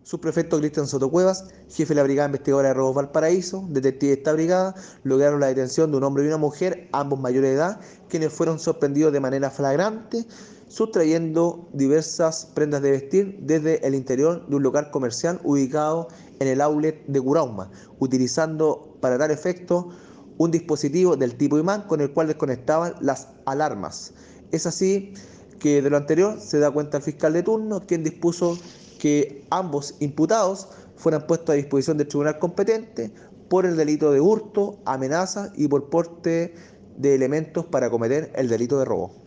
Subprefecto Cristian Soto Cuevas, jefe de la Brigada Investigadora de Robos Valparaíso, detective de esta brigada, lograron la detención de un hombre y una mujer, ambos mayores de edad, quienes fueron sorprendidos de manera flagrante, sustrayendo diversas prendas de vestir desde el interior de un local comercial ubicado en el outlet de Curauma, utilizando para tal efecto un dispositivo del tipo imán con el cual desconectaban las alarmas. Es así que de lo anterior se da cuenta el fiscal de turno, quien dispuso que ambos imputados fueran puestos a disposición del tribunal competente por el delito de hurto, amenaza y por porte de elementos para cometer el delito de robo.